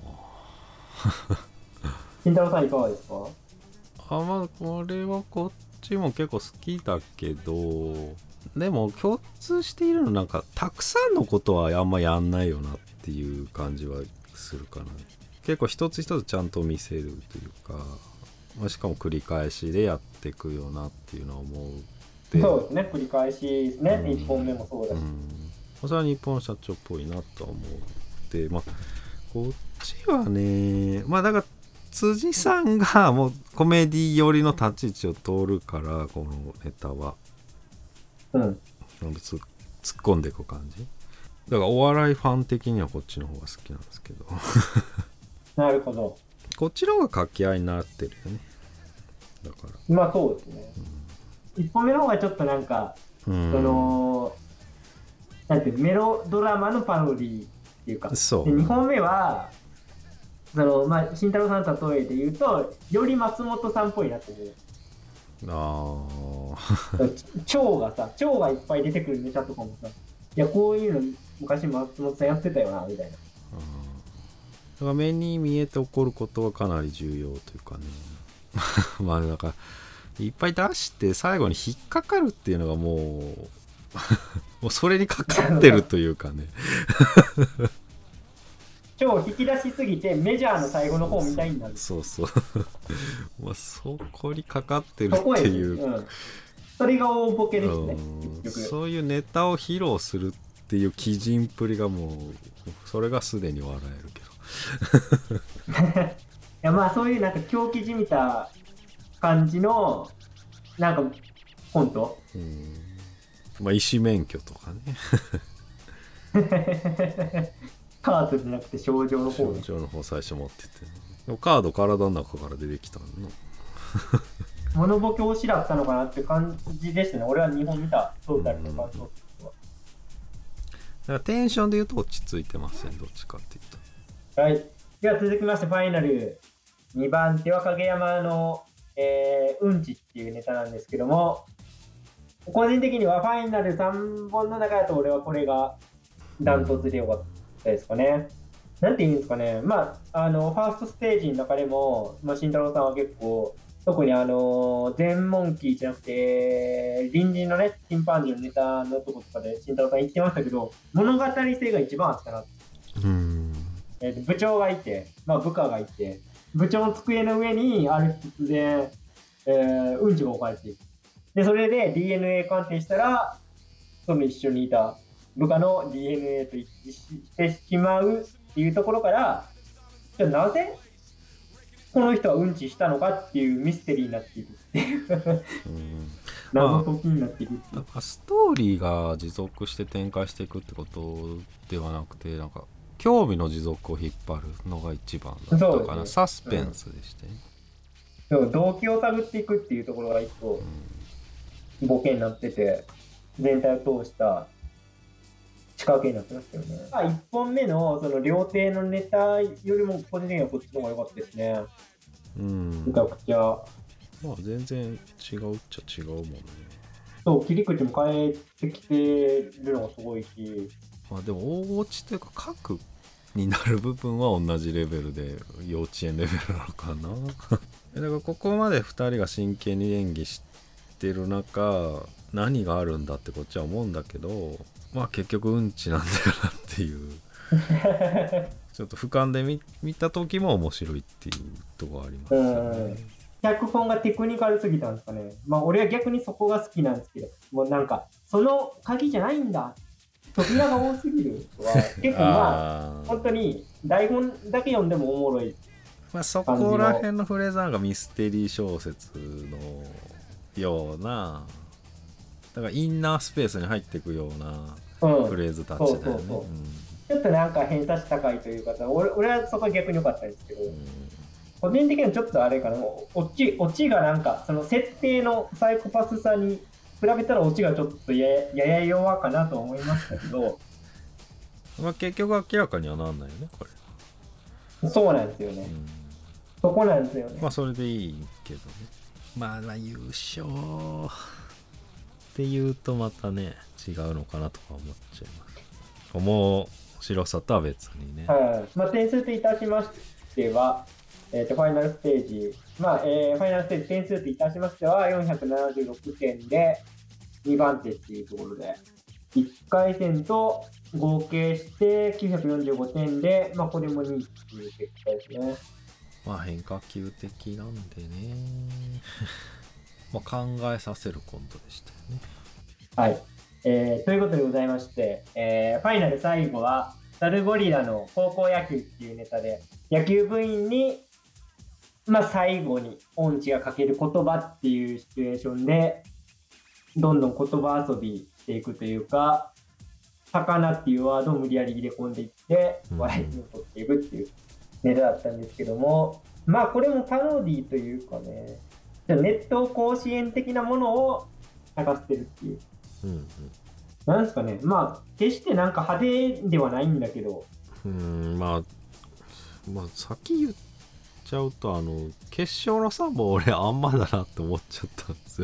金太郎さんいかがですか？ あ、まあこれはこっちも結構好きだけど、でも共通しているのなんかたくさんのことはあんまやんないよなっていう感じはするかな。結構一つ一つちゃんと見せるというか、まあ、しかも繰り返しでやっていくよなっていうのは思う。 そうですね、繰り返しですね、うん、いっぽんめもそうだし、うん、 それは日本社長っぽいなとは思って、まあこっちはね、まあだから辻さんがもうコメディ寄りの立ち位置を通るからこのネタは、 うん、 つ突っ込んでいく感じだからお笑いファン的にはこっちの方が好きなんですけどなるほど、 こっちの方が掛け合いになってるよね。だからまあそうですね、うん、いっぽんめの方がちょっとなんか、うん、そのなんていうメロドラマのパロディっていうか、 そうでにほんめはそのまあ慎太郎さんの例えで言うとより松本さんっぽいなって思う。あ蝶がさ蝶がいっぱい出てくるネタとかもさ、いやこういうの昔松本さんやってたよなみたいな。 だから目に見えて起こることはかなり重要というかねまあだからいっぱい出して最後に引っかかるっていうのがもうもうそれにかかってるというかね超引き出しすぎてメジャーの最後の方みたいになる。 そうそうそうまあそこにかかってるっていう、うん、 それが大ボケですね、 うん結局。 そういうネタを披露するっていう鬼人っぷりがもうそれがすでに笑えるけどいやまあそういうなんか狂気じみた感じのなんかコント。 うんまあ医師免許とかねカードじゃなくて症状の方症ね。 状の方最初持ってて、でもカード体の中から出てきたのモノボケ推しだったのかなって感じですね。俺は日本見たトータルの感想としては。 だからテンションで言うと落ち着いてません、どっちかっていうと。 はい。では続きましてファイナルにばん手は影山の、えー、うんちっていうネタなんですけども、個人的にはファイナルさんぼんの中だと俺はこれがダントツでよかったですかね。なんて言うんですかね。まあ、あの、ファーストステージの中でも、まあ、慎太郎さんは結構、特にあの、全モンキーじゃなくて、隣人のね、チンパンジーのネタのとことかで慎太郎さん言ってましたけど、物語性が一番あったな。 うんえーと部長がいて、まあ、部下がいて、部長の机の上にある日突然、えーうんちが置かれていく。で、それで ディーエヌエー 鑑定したら、その一緒にいた部下の ディーエヌエー と一致してしまうっていうところから、じゃあなぜこの人はうんちしたのかっていうミステリーになっていくっていううん謎解きになっていくっていう。 なんかストーリーが持続して展開していくってことではなくて、なんか興味の持続を引っ張るのが一番だったかな、 そうですねサスペンスでしてね、 そう動機を探っていくっていうところが一個ボケになってて、全体を通した仕掛けになってますよね。いっぽんめのその料亭のネタよりも個人的にはこっちの方が良かったですね。 うんめちゃくちゃ。 まあ全然違うっちゃ違うもんね。 そう切り口も変えてきてるのがすごいし、 まあでも大落ちというか核になる部分は同じレベルで幼稚園レベルなのかなだからここまでふたりが真剣に演技してる中、何があるんだってこっちは思うんだけど、まあ結局うんちなんだよなっていうちょっと俯瞰で 見, 見た時も面白いっていうところありますよね。 脚本がテクニカルすぎたんですかね。まあ俺は逆にそこが好きなんですけど、もうなんかその鍵じゃないんだ、扉が多すぎるとは結構まあ本当に台本だけ読んでもおもろい。 まあそこら辺のフレーズなんかミステリー小説のような、だからインナースペースに入っていくようなフレーズたちだよね。 そうそうそうちょっとなんか偏差値高いというか、俺, 俺はそこは逆に良かったんですけど、うん、個人的にはちょっとあれかな、オチ、オチがなんかその設定のサイコパスさに比べたらオチがちょっと や, やや弱かなと思いましたけどまあ結局明らかにはなんないよねこれ。 そうなんですよね、うん、そこなんですよね。 まあそれでいいけどね。まあまあ優勝っていうとまたね違うのかなとか思っちゃいます。面白さとは別にね。 はい。まあ点数といたしましては、えー、とファイナルステージ、まあえー、ファイナルステージ点数といたしましてはよんひゃくななじゅうろくてんでにばん手っていうところで、いっかい戦と合計してきゅうひゃくよんじゅうごてんで、まあこれもにいっていう結果ですね。 まあ変化球的なんでねまあ考えさせるコントでしたよね。 はい、えー、ということでございまして、えー、ファイナル最後はサルゴリラの高校野球っていうネタで、野球部員に、まあ、最後に音痴がかける言葉っていうシチュエーションでどんどん言葉遊びしていくというか、魚っていうワードを無理やり入れ込んでいって笑いに取っていくっていうネタだったんですけども、まあこれもパロディというかね、熱湯甲子園的なものを探してるっていう、うんうん、なんですかね、まあ決してなんか派手ではないんだけど、 うーんまあまあ先言っちゃうと、あの決勝のさんも俺あんまだなって思っちゃったんですよ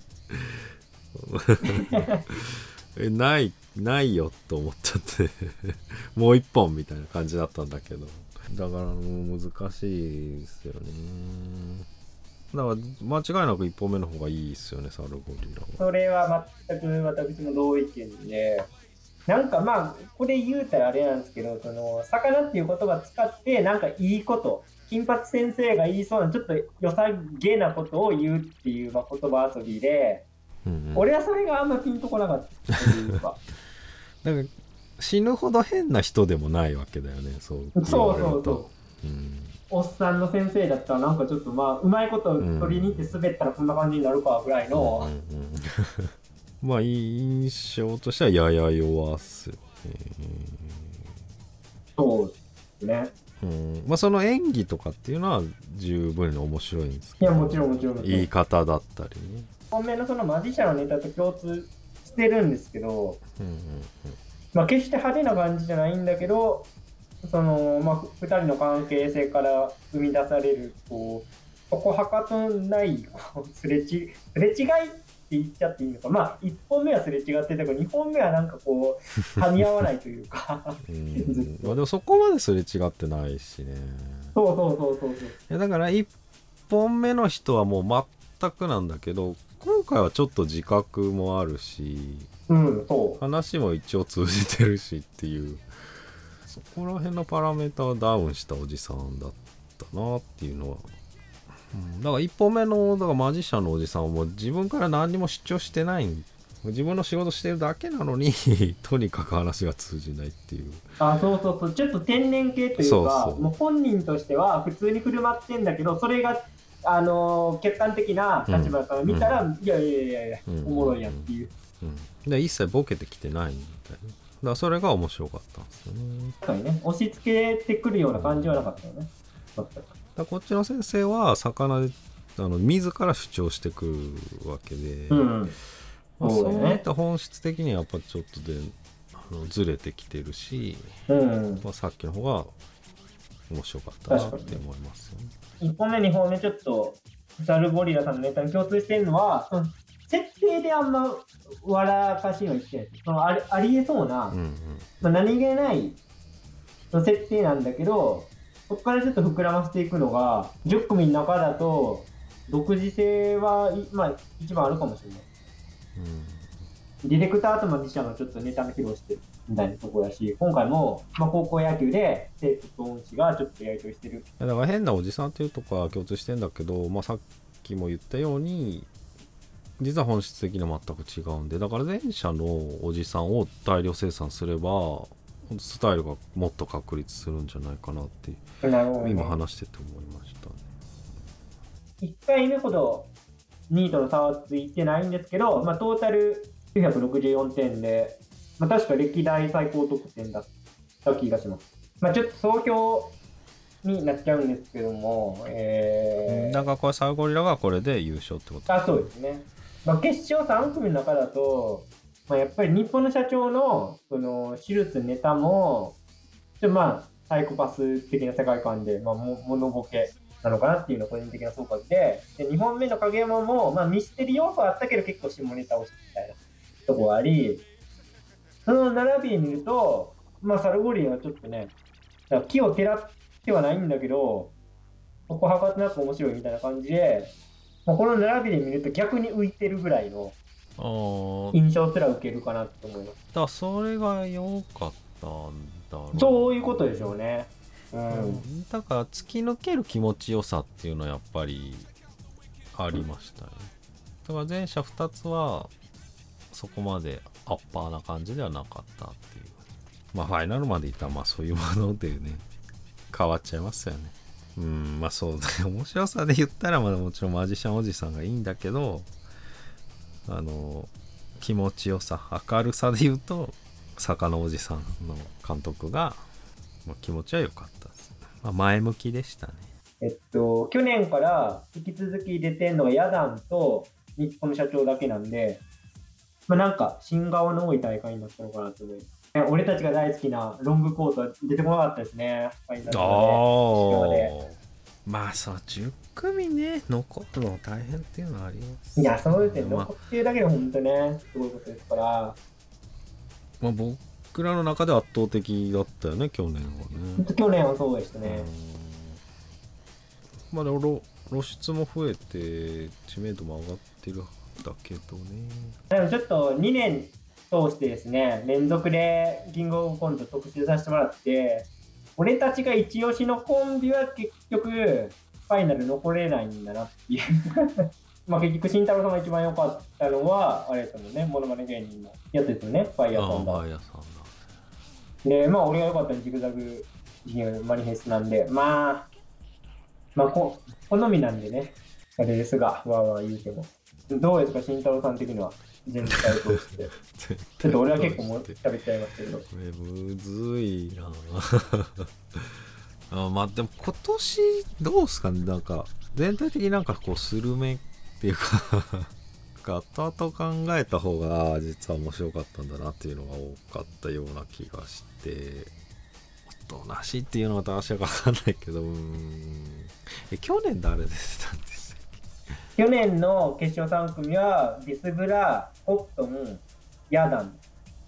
ねえないないよと思っちゃってもう一本みたいな感じだったんだけど、だからもう難しいですよね。だから間違いなくいっぽんめの方がいいですよね、サルゴリラは。 それは全く私も同意見で、なんかまあこれ言うたらあれなんですけど、その魚っていう言葉使ってなんかいいこと、金八先生が言いそうなちょっと良さげなことを言うっていう、まあ、言葉遊びで、 うんうん、 俺はそれがあんまピンとこなかったというかだから死ぬほど変な人でもないわけだよね、そう言われると。 そうそうそう、 うん、 おっさんの先生だったらなんかちょっとまあうまいこと取りに行って滑ったらこんな感じになるかぐらいの、 うんうんうん、まあ印象としてはやや弱す、えー、 そうですね、 うん、まあその演技とかっていうのは十分に面白いんですけど、 いやもちろんもちろんもちろん言い方だったりね、 本命のそのマジシャンのネタと共通してるんですけど、 うんうんうん、 まあ決して派手な感じじゃないんだけど、そのまあふたりの関係性から生み出されるこうそこはかとないこうすれちすれ違いって言っちゃっていいのか、まあいっぽんめはすれ違ってたけどにほんめはなんかこう噛み合わないというかうんまあでもそこまですれ違ってないしね。 そうそうそうそうそう、 いやだからいっぽんめの人はもう全くなんだけど、今回はちょっと自覚もあるし、 うん、そう話も一応通じてるしっていう、そこら辺のパラメータはダウンしたおじさんだったなっていうのは、うん、だからいっぽんめのだからマジシャンのおじさんはもう自分から何にも主張してない、自分の仕事してるだけなのにとにかく話が通じないっていう。 あ、そうそうそう、ちょっと天然系というか、 そうそう、 もう本人としては普通に振る舞ってんだけど、それがあのー客観的な立場から見たら、うん、いやいやいやいや、うん、おもろいやんっていう、 うんうん、で一切ボケてきてないみたいな、だからそれが面白かったんですよね。 確かにね、押し付けてくるような感じはなかったよね、うん、 だこっちの先生は魚であの自ら主張してくるわけで、 うん、 まあ、そういった本質的にはやっぱちょっとであのずれてきてるし、 うんまあ、さっきの方が面白かったなって思いますよね。 いっぽんめにほんめちょっとザルゴリラさんのネタに共通してるのは、うん、設定であんま笑かしいの言ってないです。そのあり、ありえそうな、うんうん、まあ、何気ない設定なんだけど、そこからちょっと膨らませていくのがじゅっくみの中だと独自性は、まあ、一番あるかもしれない、うん、ディレクターとマジシャンがちょっとネタの披露してるみたいなところだし、今回も、まあ、高校野球で生徒と恩師がちょっとやり取りしてる。 だから変なおじさんっていうとこは共通してんだけど、まあ、さっきも言ったように実は本質的には全く違うんで、だから前者のおじさんを大量生産すればスタイルがもっと確立するんじゃないかなって、ね、今話してて思いましたね。 いっかいめほどにいとの差はついてないんですけど、まあ、トータルきゅうひゃくろくじゅうよんてんで、まあ、確か歴代最高得点だった気がします。まあ、ちょっと総評になっちゃうんですけども、えー、 だからこれサウゴリラがこれで優勝ってことですか。あ、そうですね。まあ、決勝さん組の中だと、まあ、やっぱり日本の社長のその手術ネタもちょっとまあサイコパス的な世界観で、まあ、もモノボケなのかなっていうのが個人的な総括で、でにほんめの影山も、まあ、ミステリー要素はあったけど結構下ネタをしてみたいなとこがあり、その並びで見ると、まあ、サルゴリラはちょっとね、木をてらってはないんだけど、そこはかとなく面白いみたいな感じで、まあ、この並びで見ると逆に浮いてるぐらいの印象すら受けるかなと思います。 だからそれが良かったんだろう。 そういうことでしょうね。うん、 だから突き抜ける気持ちよさっていうのはやっぱりありましたね。だから前者ふたつはそこまでアッパーな感じではなかったっていう。まあファイナルまでいったらまあそういうものでね変わっちゃいますよね。うん、まあそうね、面白さで言ったらまだもちろんマジシャンおじさんがいいんだけど、あの気持ちよさ明るさで言うと坂のおじさんの監督が、まあ、気持ちは良かったです、まあ、前向きでしたね。 えっと去年から引き続き出てんのがヤダンと日本の社長だけなんで、まあ、なんか新顔の多い大会になったのかなと思います。俺たちが大好きなロングコートは出てこなかったですね。ファイナルで。まあそうじゅっ組ね残るの大変っていうのはあります、 ね。いやそうですね、まあ、残ってるだけで本当ねすごいことですから。 まあ僕らの中で圧倒的だったよね去年はね。 去年はそうでしたね。 まあ露出も増えて知名度も上がってるんだけどね。 でもちょっとにねん通してですね連続でキングオブコント特集させてもらって、俺たちが一押しのコンビは結局ファイナル残れないんだなっていうまあ結局慎太郎さんが一番良かったのはあれですもんね、モノマネ芸人のやつですよね、ファイヤーサンダー。 あファイヤーサンダーで、まあ俺が良かったのジグザグ事業マニフェストなんで、まあ、まあこ好みなんでね、あれですが、わーわー言うても。どうですか、慎太郎さん的には、全体通して。ちょっと俺は結構もう喋っちゃいますけど。 これむずいなあまあでも今年どうすかね、なんか全体的になんかこうスルメっていうか後々考えた方が実は面白かったんだなっていうのが多かったような気がして、おとなしいっていうのは正しいか分かんないけど、うーんえ去年誰出てたんです去年の決勝さん組はビスブラ、コットン、ヤダン。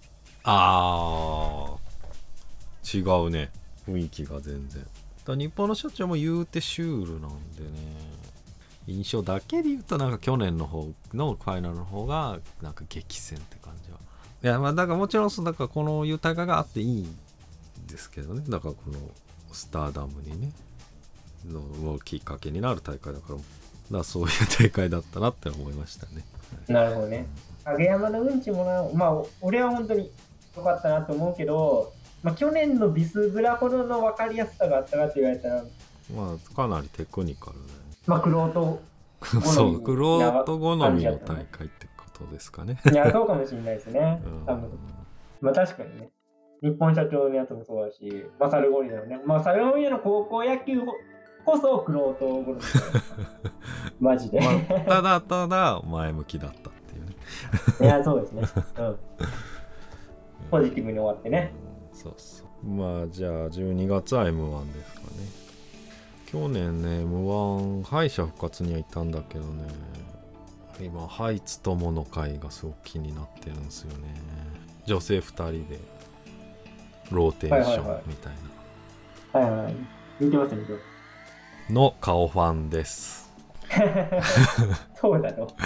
あー違うね、雰囲気が全然。だ日本の社長も言うてシュールなんでね、印象だけで言うとなんか去年の方のファイナルの方がなんか激戦って感じは。いやまあだからもちろんそのだからこのいう大会があっていいんですけどね、だからこのスターダムにねのきっかけになる大会だから、だからそういう大会だったなって思いましたね。 なるほどね。影山のうんちもな、まあ俺は本当に良かったなと思うけど、まあ、去年のビスブラほどの分かりやすさがあったかって言われたら、 まあかなりテクニカルね。 まあクロートそうクロート好みの大会ってことですかね。 いやそうかもしれないですね。多分まあ確かにね。日本社長のやつもそうだし、まあサルゴリラのね、まあサルゴリラの高校野球こそクロート好みマジで、まあ、ただただ前向きだったっていうね。 いやそうですね。うん。ポジティブに終わってね。 そうそう。まあじゃあじゅうにがつは エムワン ですかね。去年ね エムワン 敗者復活には行ったんだけどね、今ハイツ友の会がすごく気になってるんですよね。女性ふたりでローテーションみたいな。はいはい、はいはい、見てますね。 の顔ファンです。 そうだろ。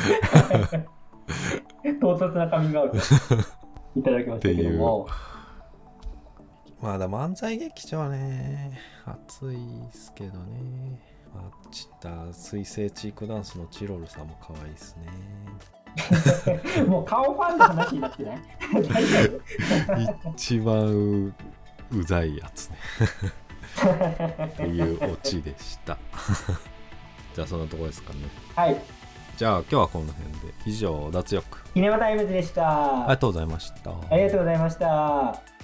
唐突なカミングアウトいただきましたけども。 まだ漫才劇場はね熱いっすけどね。まあちった水星チークダンスのチロルさんも可愛いっすね。もう顔ファンの話になってない大丈夫一番 う, うざいやつねというオチでしたじゃあそんなとこですかね。 はい、 じゃあ今日はこの辺で。以上脱力キネマタイムズでした。 ありがとうございました。 ありがとうございました。